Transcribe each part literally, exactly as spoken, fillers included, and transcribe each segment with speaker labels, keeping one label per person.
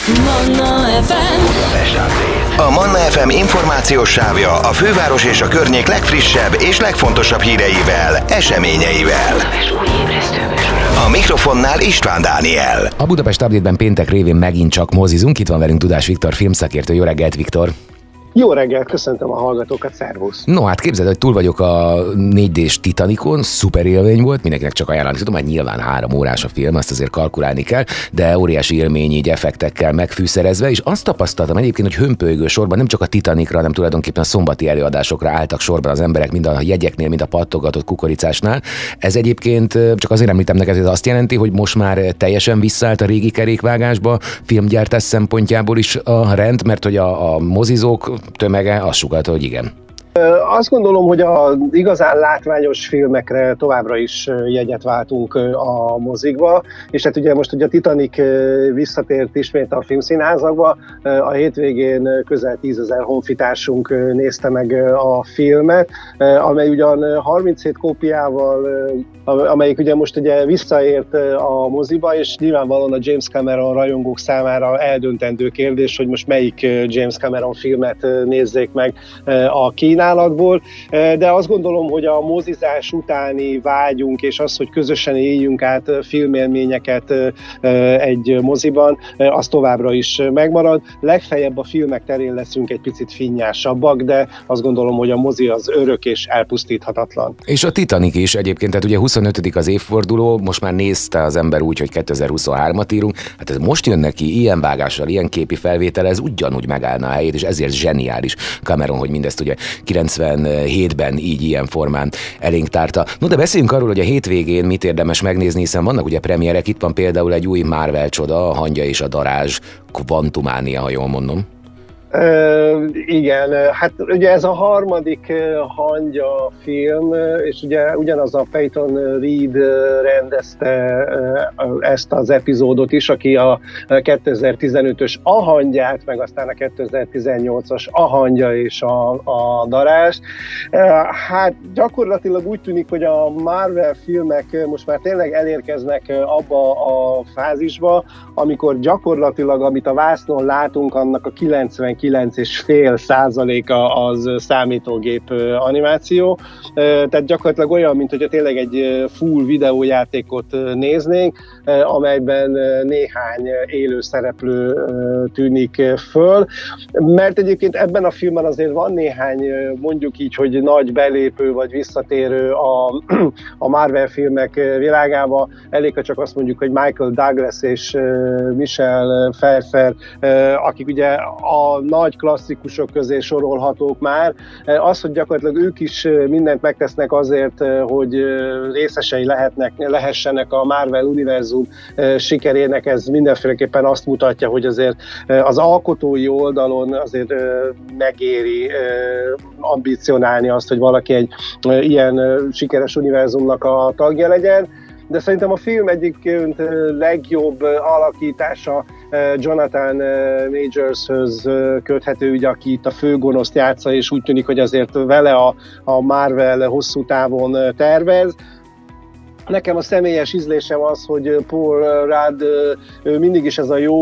Speaker 1: Manna ef em.
Speaker 2: A Manna ef em információs sávja a főváros és a környék legfrissebb és legfontosabb híreivel, eseményeivel. A mikrofonnál István Dániel.
Speaker 3: A Budapest Update-ben péntek révén megint csak mozizunk. Itt van velünk Tudás Viktor, filmszakértő. Jó reggelt, Viktor!
Speaker 4: Jó reggelt, köszöntöm a hallgatókat, szervusz!
Speaker 3: No, hát képzeld, hogy túl vagyok a négy dés Titanicon, szuper élmény volt, mindenkinek csak ajánlani tudom, mert nyilván három órás a film, azt azért kalkulálni kell, de óriási élmény így effektekkel megfűszerezve, és azt tapasztaltam egyébként, hogy hömpölygő sorban nem csak a Titanicra, hanem tulajdonképpen a szombati előadásokra álltak sorban az emberek, mind a jegyeknél, mind a pattogatott kukoricásnál. Ez egyébként csak azért említem neked, ez azt jelenti, hogy most már teljesen visszaállt a régi kerékvágásba, filmgyártás szempontjából is a rend, mert hogy a, a mozizók tömege azt sugallta, hogy igen.
Speaker 4: Azt gondolom, hogy az igazán látványos filmekre továbbra is jegyet váltunk a mozikba, és hát ugye most ugye a Titanic visszatért ismét a filmszínházakba, a hétvégén közel tízezer honfitársunk nézte meg a filmet, amely ugyan harminchét kópiával, amelyik ugye most ugye visszaért a moziba, és nyilvánvalóan a James Cameron rajongók számára eldöntendő kérdés, hogy most melyik James Cameron filmet nézzék meg a kínálatból, de azt gondolom, hogy a mozizás utáni vágyunk, és az, hogy közösen éljünk át filmélményeket egy moziban, az továbbra is megmarad. Legfeljebb a filmek terén leszünk egy picit finnyásabbak, de azt gondolom, hogy a mozi az örök és elpusztíthatatlan.
Speaker 3: És a Titanic is egyébként, tehát ugye huszonötödik az évforduló, most már nézte az ember úgy, hogy kétezer-huszonhármat írunk, hát ez most jön neki ilyen vágással, ilyen képi felvétel, ez ugyanúgy megállna a helyét, és ezért zseniális Cameron, hogy mindezt ugye kilencvenhétben így ilyen formán elénk tárta. No, de beszéljünk arról, hogy a hétvégén mit érdemes megnézni, hiszen vannak ugye premierek, itt van például egy új Marvel csoda, a Hangya és a darázs, Quantumania, ha jól mondom.
Speaker 4: Uh, igen, hát ugye ez a harmadik Hangya film, és ugye ugyanaz a Peyton Reed rendezte ezt az epizódot is, aki a kétezer-tizenötös A Hangyát, meg aztán a kétezer-tizennyolcas A Hangya és a, a darázs. Uh, hát gyakorlatilag úgy tűnik, hogy a Marvel filmek most már tényleg elérkeznek abba a fázisba, amikor gyakorlatilag, amit a vásznon látunk, annak a kilencvenkilenc egész öt százaléka az számítógép animáció. Tehát gyakorlatilag olyan, mint hogyha tényleg egy full videójátékot néznénk, amelyben néhány élő szereplő tűnik föl. Mert egyébként ebben a filmben azért van néhány, mondjuk így, hogy nagy belépő vagy visszatérő a, a Marvel filmek világába. Elég, ha csak azt mondjuk, hogy Michael Douglas és Michelle Pfeiffer, akik ugye a nagy klasszikusok közé sorolhatók már. Az, hogy gyakorlatilag ők is mindent megtesznek azért, hogy részesei lehetnek, lehessenek a Marvel univerzum sikerének, ez mindenféleképpen azt mutatja, hogy azért az alkotói oldalon azért megéri ambicionálni azt, hogy valaki egy ilyen sikeres univerzumnak a tagja legyen. De szerintem a film egyik legjobb alakítása Jonathan Majorshöz köthető, ugye, aki itt a főgonoszt játsza, és úgy tűnik, hogy azért vele a, a Marvel hosszú távon tervez. Nekem a személyes ízlésem az, hogy Paul Rudd mindig is ez a jó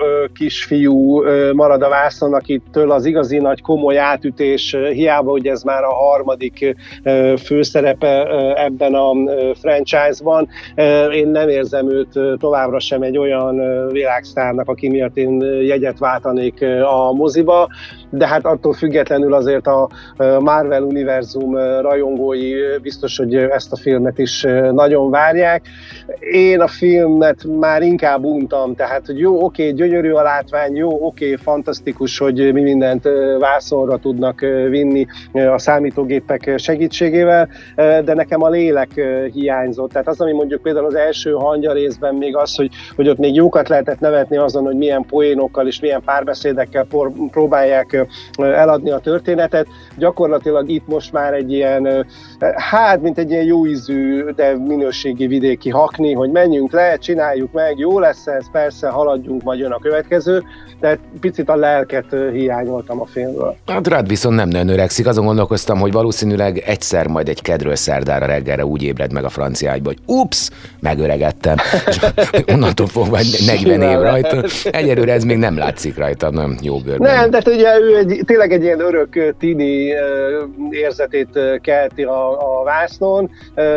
Speaker 4: kisfiú marad a vászon, akitől az igazi nagy komoly átütés, hiába, hogy ez már a harmadik főszerepe ebben a franchise-ban. Én nem érzem őt továbbra sem egy olyan világsztárnak, aki miatt én jegyet váltanék a moziba, de hát attól függetlenül azért a Marvel univerzum rajongói biztos, hogy ezt a filmet is nagyon várják. Én a filmet már inkább untam, tehát hogy jó, oké, gyönyörű a látvány, jó, oké, fantasztikus, hogy mi mindent vászonra tudnak vinni a számítógépek segítségével, de nekem a lélek hiányzott. Tehát az, ami mondjuk például az első Hangya részben még az, hogy, hogy ott még jókat lehetett nevetni azon, hogy milyen poénokkal és milyen párbeszédekkel por, próbálják eladni a történetet. Gyakorlatilag itt most már egy ilyen, hát mint egy ilyen jó ízű, de minőségi vidéki hakni, hogy menjünk le, csináljuk meg, jó lesz ez, persze, haladjunk, majd jön a következő. következő, tehát picit a lelket hiányoltam a filmről.
Speaker 3: Hát rád viszont nem nagyon öregszik. Azon gondolkoztam, hogy valószínűleg egyszer majd egy kedről szerdára reggelre úgy ébred meg a francia ágyba, hogy ups, megöregettem. És onnantól fogva negyven év rajta. Egyelőre ez még nem látszik rajta, nem jó bőrben.
Speaker 4: Nem, de ugye ő egy, tényleg egy ilyen örök tini érzetét kelti a, a vásznon,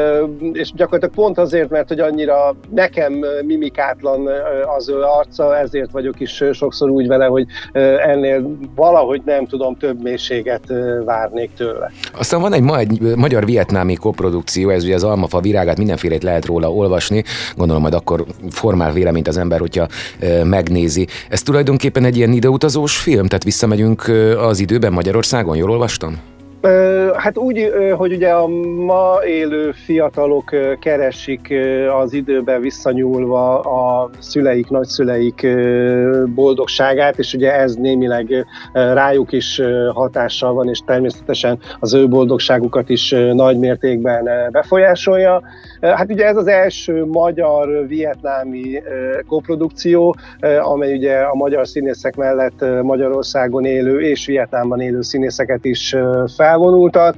Speaker 4: és gyakorlatilag pont azért, mert hogy annyira nekem mimikátlan az ő arca, ezért vagyok is sokszor úgy vele, hogy ennél valahogy nem tudom, több mélységet várnék tőle.
Speaker 3: Aztán van egy, ma, egy magyar-vietnámi koprodukció, ez ugye az Almafa virágát, mindenfélét lehet róla olvasni, gondolom majd akkor formál véleményt az ember, hogyha e, megnézi. Ez tulajdonképpen egy ilyen ideutazós film, tehát visszamegyünk az időben Magyarországon, jól olvastam?
Speaker 4: Hát úgy, hogy ugye a ma élő fiatalok keresik az időben visszanyúlva a szüleik, nagyszüleik boldogságát, és ugye ez némileg rájuk is hatással van, és természetesen az ő boldogságukat is nagy mértékben befolyásolja. Hát ugye ez az első magyar-vietnámi koprodukció, amely ugye a magyar színészek mellett Magyarországon élő és Vietnámban élő színészeket is felvonultat.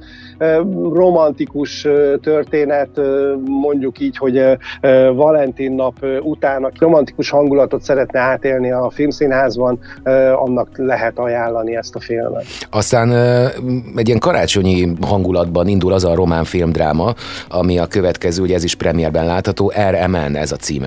Speaker 4: Romantikus történet, mondjuk így, hogy Valentin nap után, aki romantikus hangulatot szeretne átélni a filmszínházban, annak lehet ajánlani ezt a filmet.
Speaker 3: Aztán egy ilyen karácsonyi hangulatban indul az a román filmdráma, ami a következő, ugye ez is premierben látható, er em en ez a címe.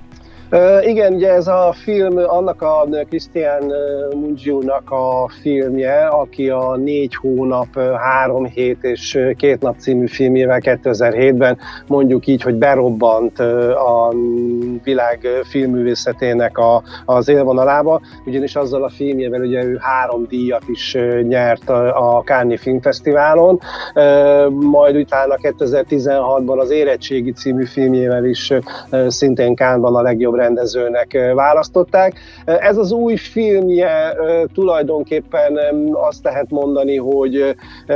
Speaker 4: Uh, igen, ugye ez a film annak a Christian Mungiu-nak a filmje, aki a Négy hónap, három hét és két nap című filmjével kétezer-hétben mondjuk így, hogy berobbant a világ filmművészetének a, az élvonalába, ugyanis azzal a filmjével ugye ő három díjat is nyert a, a Cannes Filmfesztiválon, uh, majd utána kétezer-tizenhatban az Érettségi című filmjével is uh, szintén Cannes-ban a legjobb rendezőnek választották. Ez az új filmje tulajdonképpen azt lehet mondani, hogy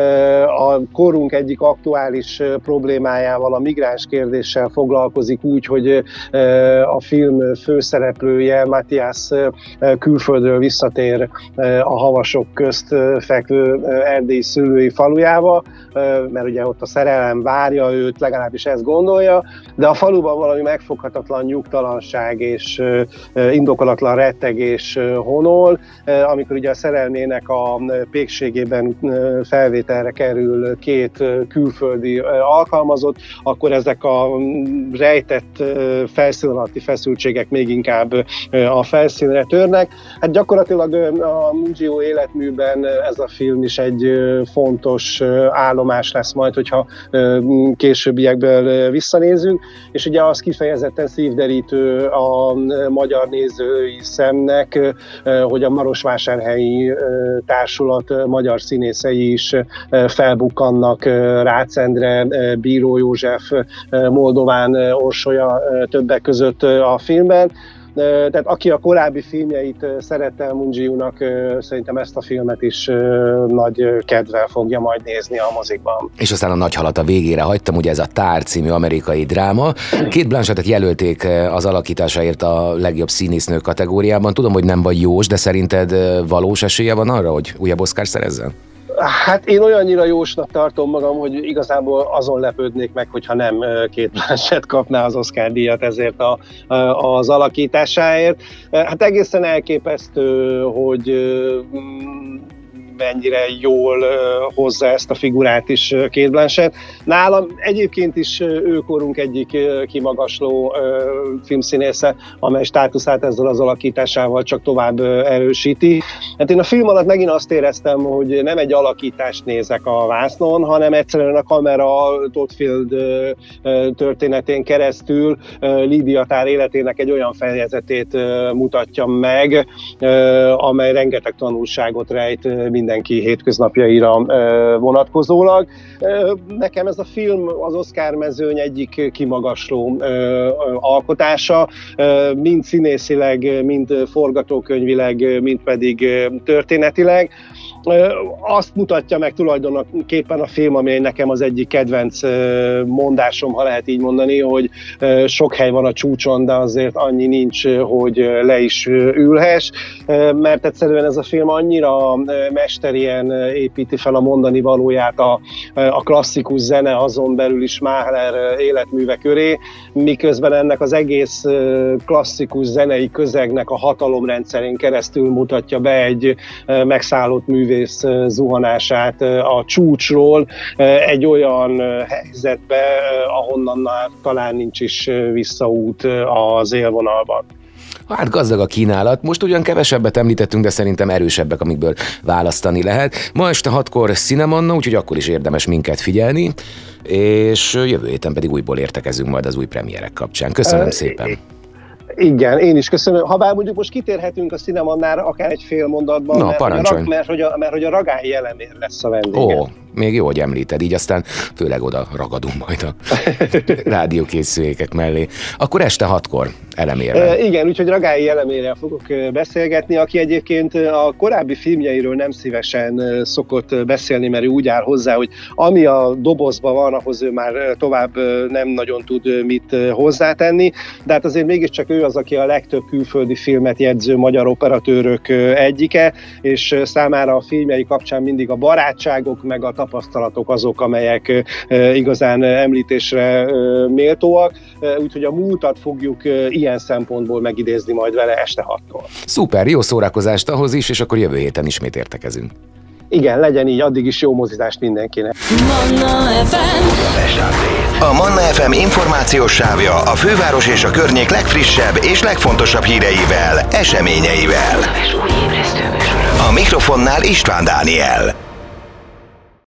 Speaker 4: a korunk egyik aktuális problémájával, a migráns kérdéssel foglalkozik úgy, hogy a film főszereplője, Matthias külföldről visszatér a havasok közt fekvő erdélyi szülői falujába, mert ugye ott a szerelem várja őt, legalábbis ezt gondolja, de a faluban valami megfoghatatlan nyugtalanság és indokolatlan rettegés honol, amikor ugye a szerelmének a pékségében felvételre kerül két külföldi alkalmazott, akkor ezek a rejtett felszín alatti feszültségek még inkább a felszínre törnek. Hát gyakorlatilag a Mungiu életműben ez a film is egy fontos állomás lesz majd, hogyha későbbiekből visszanézünk, és ugye az kifejezetten szívderítő a magyar nézői szemnek, hogy a Marosvásárhelyi Társulat magyar színészei is felbukkannak, Rácz Endre, Bíró József, Moldován Orsolya többek között a filmben. Tehát aki a korábbi filmjeit szerette Mungiunak, szerintem ezt a filmet is nagy kedvel fogja majd nézni a mozikban.
Speaker 3: És aztán a nagy halat a végére hagytam, ugye ez a Tár című amerikai dráma. Kate Blanchettet jelölték az alakításáért a legjobb színésznő kategóriában. Tudom, hogy nem vagy jós, de szerinted valós esélye van arra, hogy újabb Oscar szerezzen?
Speaker 4: Hát én olyannyira jósnak tartom magam, hogy igazából azon lepődnék meg, hogyha nem Kate Blanchett kapná az Oscar-díjat ezért a, a, az alakításáért. Hát egészen elképesztő, hogy mennyire jól hozza ezt a figurát is Kate Blanchett. Nálam egyébként is őkorunk egyik kimagasló filmszínésze, amely státuszát ezzel az alakításával csak tovább erősíti. Hát én a film alatt megint azt éreztem, hogy nem egy alakítást nézek a vásznon, hanem egyszerűen a kamera Todd Field történetén keresztül Lídia Tár életének egy olyan fejezetét mutatja meg, amely rengeteg tanulságot rejt mindenki hétköznapjaira vonatkozólag. Nekem ez a film az Oscar mezőny egyik kimagasló alkotása, mind színészileg, mind forgatókönyvileg, mind pedig történetileg. Azt mutatja meg tulajdonképpen a film, ami nekem az egyik kedvenc mondásom, ha lehet így mondani, hogy sok hely van a csúcson, de azért annyi nincs, hogy le is ülhess, mert egyszerűen ez a film annyira mesterien építi fel a mondani valóját a, a klasszikus zene, azon belül is Mahler életműve köré, miközben ennek az egész klasszikus zenei közegnek a hatalomrendszerén keresztül mutatja be egy megszállott művész zuhanását a csúcsról egy olyan helyzetbe, ahonnan talán nincs is visszaút az élvonalban.
Speaker 3: Hát gazdag a kínálat. Most ugyan kevesebbet említettünk, de szerintem erősebbek, amikből választani lehet. Ma este hatkor Cinemanna, úgyhogy akkor is érdemes minket figyelni, és jövő héten pedig újból értekezünk majd az új premierek kapcsán. Köszönöm szépen!
Speaker 4: Igen, én is köszönöm. Habár mondjuk most kitérhetünk a Cinemannára akár egy fél mondatban,
Speaker 3: Na,
Speaker 4: mert,
Speaker 3: parancsolj.
Speaker 4: Hogy a, mert, hogy a, mert hogy a Ragályi Elemér lesz a vendége.
Speaker 3: Ó, még jó, hogy említed, így aztán főleg oda ragadunk majd a rádiókészülékek mellé. Akkor este hatkor Elemérrel.
Speaker 4: E, igen, úgyhogy Ragályi Elemérrel fogok beszélgetni, aki egyébként a korábbi filmjeiről nem szívesen szokott beszélni, mert ő úgy áll hozzá, hogy ami a dobozban van, ahhoz ő már tovább nem nagyon tud mit hozzátenni, de hát azért mégiscsak ő az, aki a legtöbb külföldi filmet jegyző magyar operatőrök egyike, és számára a filmjei kapcsán mindig a barátságok meg a tapasztalatok azok, amelyek igazán említésre méltóak, úgyhogy a múltat fogjuk ilyen szempontból megidézni majd vele este hattól.
Speaker 3: Szuper, jó szórakozást ahhoz is, és akkor jövő héten ismét értekezünk.
Speaker 4: Igen, legyen így, addig is jó mozizást mindenkinek.
Speaker 1: Manna ef em.
Speaker 2: A Manna ef em információs sávja a főváros és a környék legfrissebb és legfontosabb híreivel, eseményeivel. A mikrofonnál István Dániel.